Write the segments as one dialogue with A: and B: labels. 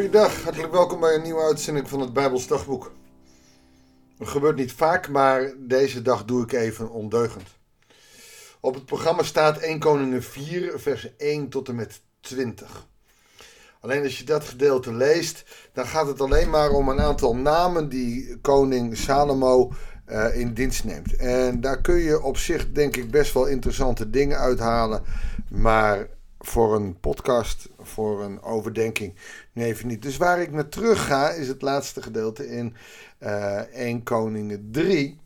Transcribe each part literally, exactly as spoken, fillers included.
A: Goeiedag, hartelijk welkom bij een nieuwe uitzending van het Bijbels Dagboek. Het gebeurt niet vaak, maar deze dag doe ik even ondeugend. Op het programma staat Eerste Koningen vier, vers één tot en met twintig. Alleen als je dat gedeelte leest, dan gaat het alleen maar om een aantal namen die koning Salomo uh, in dienst neemt. En daar kun je op zich denk ik best wel interessante dingen uithalen, maar voor een podcast, voor een overdenking, nu even niet. Dus waar ik naar terug ga, is het laatste gedeelte in uh, Eerste Koningen drie.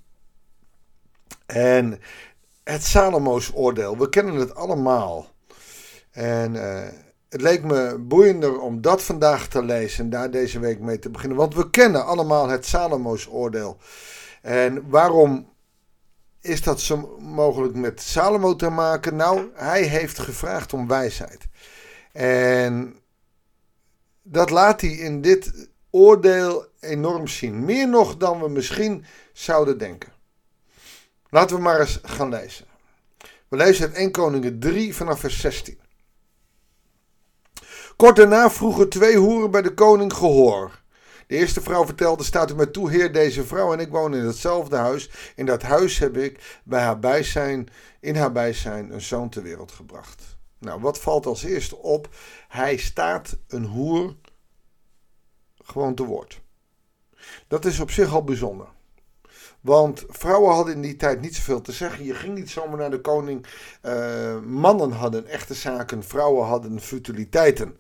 A: En het Salomo's oordeel. We kennen het allemaal. En uh, het leek me boeiender om dat vandaag te lezen en daar deze week mee te beginnen. Want we kennen allemaal het Salomo's oordeel. En waarom is dat zo mogelijk met Salomo te maken? Nou, hij heeft gevraagd om wijsheid. En dat laat hij in dit oordeel enorm zien. Meer nog dan we misschien zouden denken. Laten we maar eens gaan lezen. We lezen het Eerste Koningen drie vanaf vers zestien. Kort daarna vroegen twee hoeren bij de koning gehoor. De eerste vrouw vertelde, staat u mij toe, heer, deze vrouw en ik wonen in hetzelfde huis. In dat huis heb ik bij haar bijzijn, in haar bijzijn een zoon ter wereld gebracht. Nou, wat valt als eerste op? Hij staat een hoer gewoon te woord. Dat is op zich al bijzonder. Want vrouwen hadden in die tijd niet zoveel te zeggen. Je ging niet zomaar naar de koning. Uh, mannen hadden echte zaken, vrouwen hadden futiliteiten.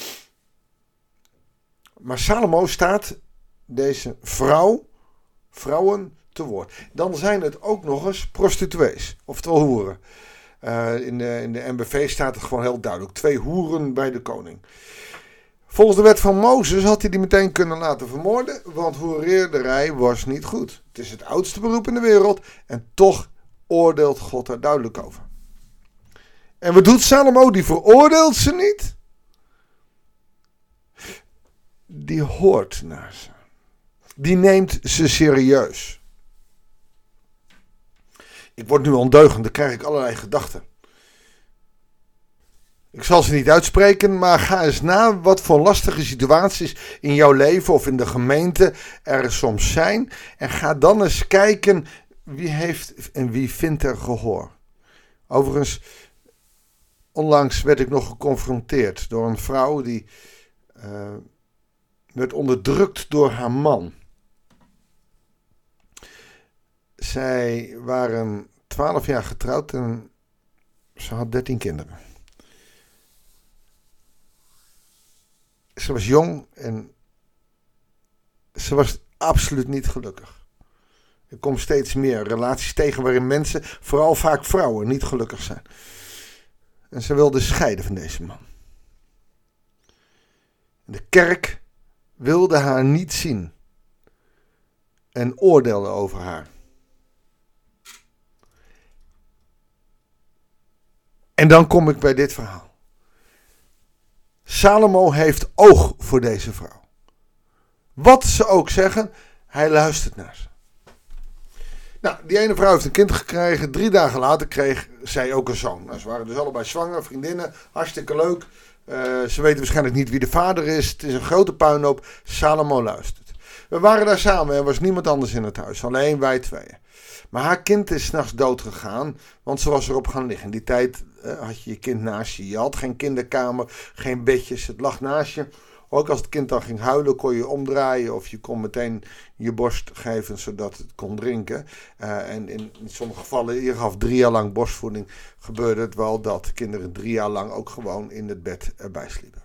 A: Maar Salomo staat deze vrouw, vrouwen te woord. Dan zijn het ook nog eens prostituees, oftewel hoeren. Uh, in, de, in de M B V staat het gewoon heel duidelijk. Twee hoeren bij de koning. Volgens de wet van Mozes had hij die meteen kunnen laten vermoorden, want hoereerderij was niet goed. Het is het oudste beroep in de wereld en toch oordeelt God daar duidelijk over. En wat doet Salomo? Die veroordeelt ze niet. Die hoort naar ze. Die neemt ze serieus. Ik word nu ondeugend, dan krijg ik allerlei gedachten. Ik zal ze niet uitspreken, maar ga eens na wat voor lastige situaties in jouw leven of in de gemeente er soms zijn. En ga dan eens kijken wie heeft en wie vindt er gehoor. Overigens, onlangs werd ik nog geconfronteerd door een vrouw die uh, werd onderdrukt door haar man. Zij waren twaalf jaar getrouwd en ze had dertien kinderen. Ze was jong en ze was absoluut niet gelukkig. Er komen steeds meer relaties tegen waarin mensen, vooral vaak vrouwen, niet gelukkig zijn. En ze wilde scheiden van deze man. De kerk wilde haar niet zien en oordeelde over haar. En dan kom ik bij dit verhaal. Salomo heeft oog voor deze vrouw. Wat ze ook zeggen, hij luistert naar ze. Nou, die ene vrouw heeft een kind gekregen. Drie dagen later kreeg zij ook een zoon. Nou, ze waren dus allebei zwanger, vriendinnen. Hartstikke leuk. Uh, ze weten waarschijnlijk niet wie de vader is. Het is een grote puinhoop. Salomo luistert. We waren daar samen. Er was niemand anders in het huis. Alleen wij tweeën. Maar haar kind is 's nachts dood gegaan, want ze was erop gaan liggen. In die tijd uh, had je je kind naast je. Je had geen kinderkamer, geen bedjes. Het lag naast je. Ook als het kind dan ging huilen, kon je omdraaien of je kon meteen je borst geven zodat het kon drinken. Uh, en in, in sommige gevallen, je gaf drie jaar lang borstvoeding, gebeurde het wel dat kinderen drie jaar lang ook gewoon in het bed erbij sliepen.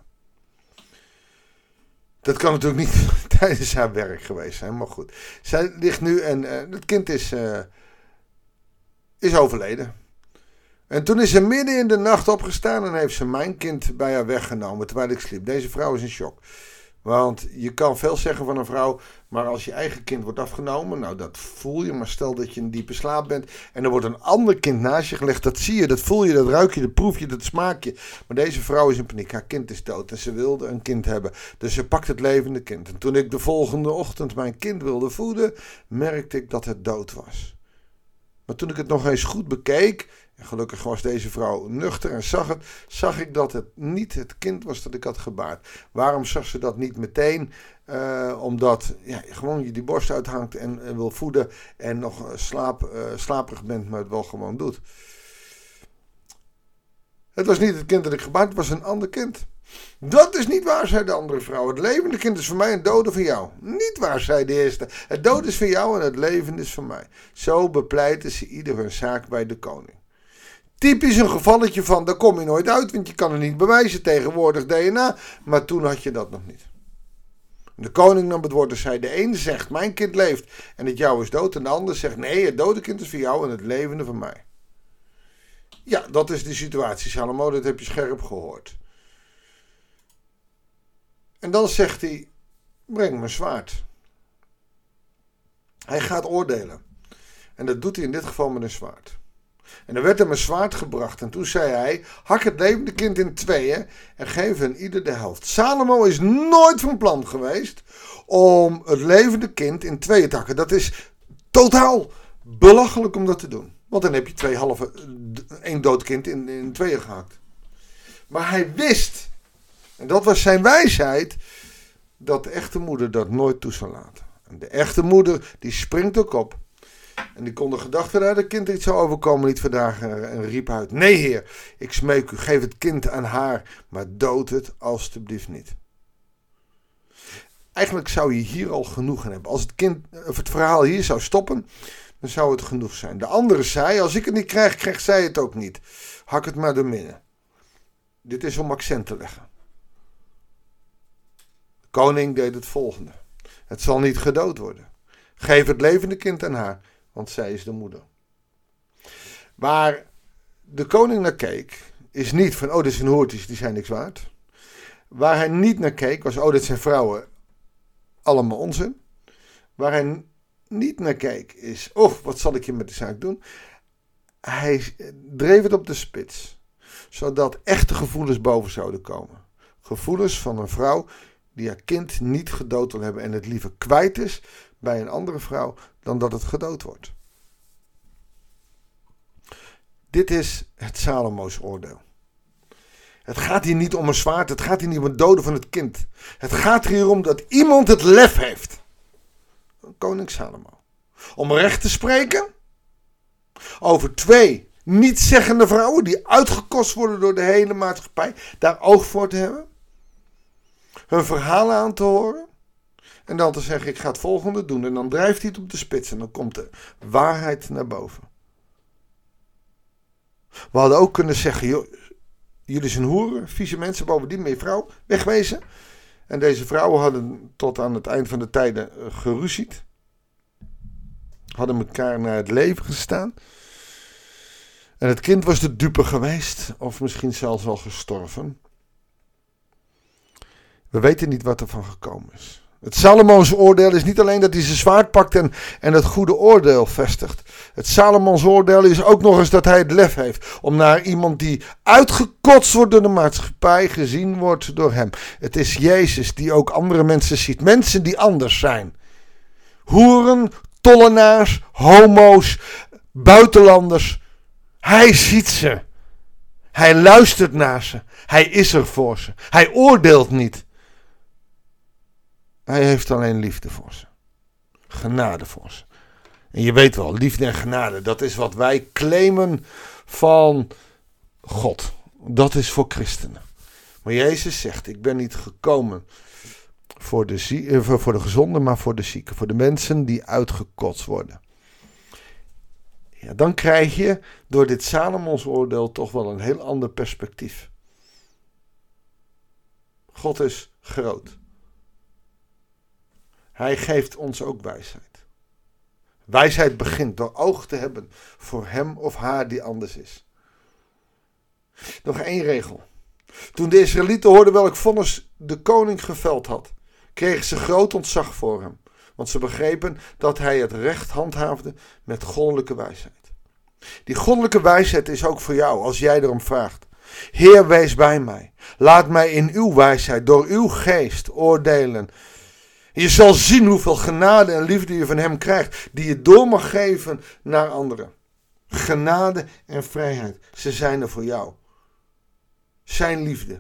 A: Dat kan natuurlijk niet tijdens haar werk geweest zijn, maar goed. Zij ligt nu en uh, het kind is, uh, is overleden. En toen is ze midden in de nacht opgestaan en heeft ze mijn kind bij haar weggenomen terwijl ik sliep. Deze vrouw is in shock. Want je kan veel zeggen van een vrouw, maar als je eigen kind wordt afgenomen, nou dat voel je. Maar stel dat je in diepe slaap bent en er wordt een ander kind naast je gelegd. Dat zie je, dat voel je, dat ruik je, dat proef je, dat smaak je. Maar deze vrouw is in paniek. Haar kind is dood en ze wilde een kind hebben. Dus ze pakt het levende kind. En toen ik de volgende ochtend mijn kind wilde voeden, merkte ik dat het dood was. Maar toen ik het nog eens goed bekeek, en gelukkig was deze vrouw nuchter en zag het, zag ik dat het niet het kind was dat ik had gebaard. Waarom zag ze dat niet meteen? Uh, omdat ja, gewoon je die borst uithangt en, en wil voeden en nog slaap, uh, slaperig bent, maar het wel gewoon doet. Het was niet het kind dat ik gebaard, het was een ander kind. Dat is niet waar, zei de andere vrouw. Het levende kind is voor mij en het dode van jou. Niet waar, zei de eerste. Het dode is van jou en het levende is van mij. Zo bepleiten ze ieder hun zaak bij de koning. Typisch een gevalletje van, daar kom je nooit uit, want je kan het niet bewijzen, tegenwoordig D N A. Maar toen had je dat nog niet. De koning nam het woord en zei, de een zegt, mijn kind leeft en het jouw is dood. En de ander zegt, nee, het dode kind is van jou en het levende van mij. Ja, dat is de situatie, Salomo, dat heb je scherp gehoord. En dan zegt hij, breng me zwaard. Hij gaat oordelen. En dat doet hij in dit geval met een zwaard. En er werd hem een zwaard gebracht. En toen zei hij, hak het levende kind in tweeën en geef hen ieder de helft. Salomo is nooit van plan geweest om het levende kind in tweeën te hakken. Dat is totaal belachelijk om dat te doen. Want dan heb je twee halve, één dood kind in, in tweeën gehakt. Maar hij wist, en dat was zijn wijsheid, dat de echte moeder dat nooit toe zou laten. En de echte moeder, die springt ook op. En die kon de gedachte dat het kind iets zou overkomen niet verdragen en riep uit, nee heer, ik smeek u, geef het kind aan haar, maar dood het alstublieft niet. Eigenlijk zou je hier al genoeg aan hebben. Als het, kind, of het verhaal hier zou stoppen, dan zou het genoeg zijn. De andere zei, als ik het niet krijg, krijgt zij het ook niet. Hak het maar door midden. Dit is om accent te leggen. De koning deed het volgende. Het zal niet gedood worden. Geef het levende kind aan haar, want zij is de moeder. Waar de koning naar keek, is niet van, oh, dit zijn hoertjes, die zijn niks waard. Waar hij niet naar keek, was, oh, dit zijn vrouwen, allemaal onzin. Waar hij niet naar keek, is, oh, wat zal ik hier met de zaak doen? Hij dreef het op de spits, zodat echte gevoelens boven zouden komen. Gevoelens van een vrouw die haar kind niet gedood wil hebben en het liever kwijt is bij een andere vrouw dan dat het gedood wordt. Dit is het Salomo's oordeel. Het gaat hier niet om een zwaard, het gaat hier niet om het doden van het kind. Het gaat hier om dat iemand het lef heeft. Koning Salomo. Om recht te spreken over twee nietszeggende vrouwen die uitgekost worden door de hele maatschappij, daar oog voor te hebben. Hun verhalen aan te horen. En dan te zeggen, ik ga het volgende doen. En dan drijft hij het op de spits. En dan komt de waarheid naar boven. We hadden ook kunnen zeggen, joh, jullie zijn hoeren, vieze mensen, bovendien met je vrouw, wegwezen. En deze vrouwen hadden tot aan het eind van de tijden geruzied. Hadden elkaar naar het leven gestaan. En het kind was de dupe geweest. Of misschien zelfs al gestorven. We weten niet wat er van gekomen is. Het Salomo's oordeel is niet alleen dat hij zijn zwaard pakt en, en het goede oordeel vestigt. Het Salomo's oordeel is ook nog eens dat hij het lef heeft om naar iemand die uitgekotst wordt door de maatschappij gezien wordt door hem. Het is Jezus die ook andere mensen ziet. Mensen die anders zijn. Hoeren, tollenaars, homo's, buitenlanders. Hij ziet ze. Hij luistert naar ze. Hij is er voor ze. Hij oordeelt niet. Hij heeft alleen liefde voor ze. Genade voor ze. En je weet wel, liefde en genade, dat is wat wij claimen van God. Dat is voor christenen. Maar Jezus zegt, ik ben niet gekomen voor de, zie- voor de gezonden, maar voor de zieken. Voor de mensen die uitgekotst worden. Ja, dan krijg je door dit Salomo's oordeel toch wel een heel ander perspectief. God is groot. Hij geeft ons ook wijsheid. Wijsheid begint door oog te hebben voor hem of haar die anders is. Nog één regel. Toen de Israëlieten hoorden welk vonnis de koning geveld had, kregen ze groot ontzag voor hem. Want ze begrepen dat hij het recht handhaafde met goddelijke wijsheid. Die goddelijke wijsheid is ook voor jou als jij erom vraagt. Heer, wees bij mij. Laat mij in uw wijsheid door uw geest oordelen. Je zal zien hoeveel genade en liefde je van hem krijgt, die je door mag geven naar anderen. genade en vrijheid. Ze zijn er voor jou. Zijn liefde.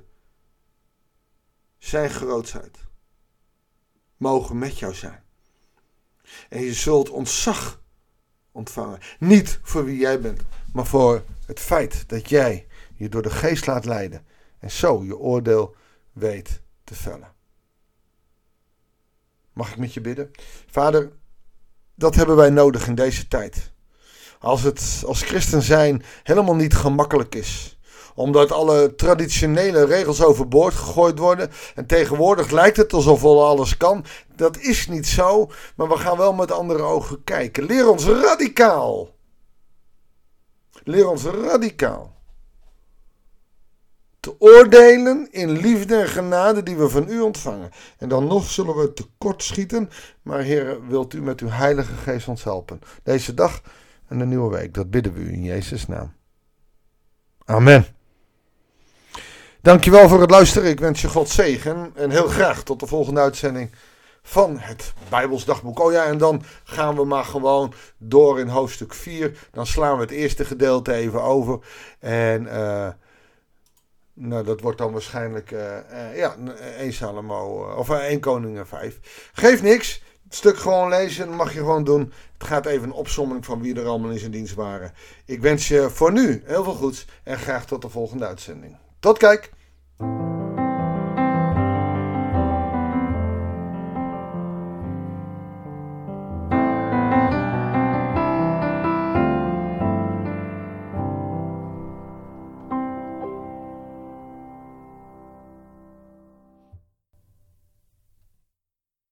A: Zijn grootsheid. Mogen met jou zijn. En je zult ontzag ontvangen. Niet voor wie jij bent, maar voor het feit dat jij je door de geest laat leiden. En zo je oordeel weet te vellen. Mag ik met je bidden? Vader, dat hebben wij nodig in deze tijd. Als het als christen zijn helemaal niet gemakkelijk is. Omdat alle traditionele regels overboord gegooid worden. En tegenwoordig lijkt het alsof al alles kan. Dat is niet zo. Maar we gaan wel met andere ogen kijken. Leer ons radicaal. Leer ons radicaal. Te oordelen in liefde en genade die we van u ontvangen. En dan nog zullen we tekort schieten. Maar Heer, wilt u met uw heilige geest ons helpen. Deze dag en de nieuwe week. Dat bidden we u in Jezus' naam. Amen. Dankjewel voor het luisteren. Ik wens je God zegen. En heel graag tot de volgende uitzending van het Bijbels Dagboek. Oh ja, en dan gaan we maar gewoon door in hoofdstuk vier. Dan slaan we het eerste gedeelte even over. En uh, nou, dat wordt dan waarschijnlijk uh, uh, ja, één Salomo uh, of uh, één Koningen vijf. Geeft niks. Het stuk gewoon lezen, dat mag je gewoon doen. Het gaat even een opsomming van wie er allemaal in zijn dienst waren. Ik wens je voor nu heel veel goeds en graag tot de volgende uitzending. Tot kijk!